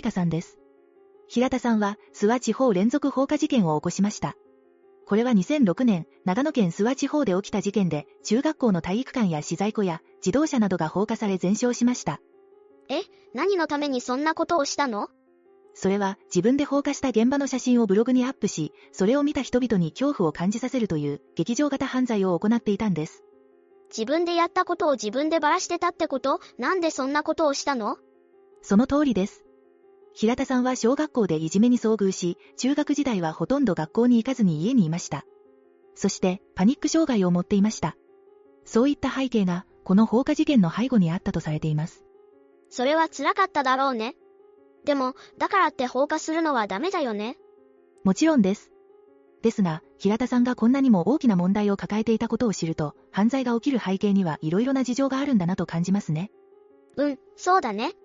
香さんです。平田さんは諏訪地方連続放火事件を起こしました。これは2006年、長野県諏訪地方で起きた事件で、中学校の体育館や資材庫や自動車などが放火され全焼しました。 何のためにそんなことをしたの？ それは自分で放火した現場の写真をブログにアップし、それを見た人々に恐怖を感じさせるという劇場型犯罪を行っていたんです。 自分でやったことを自分でばらしてたってこと？なんでそんなことをしたの？ その通りです。平田さんは小学校でいじめに遭遇し、中学時代はほとんど学校に行かずに家にいました。そしてパニック障害を持っていました。そういった背景がこの放火事件の背後にあったとされています。 それは辛かっただろうね。でも、だからって放火するのはダメだよね。 もちろんです。ですが、平田さんがこんなにも大きな問題を抱えていたことを知ると、犯罪が起きる背景にはいろいろな事情があるんだなと感じますね。 そうだね。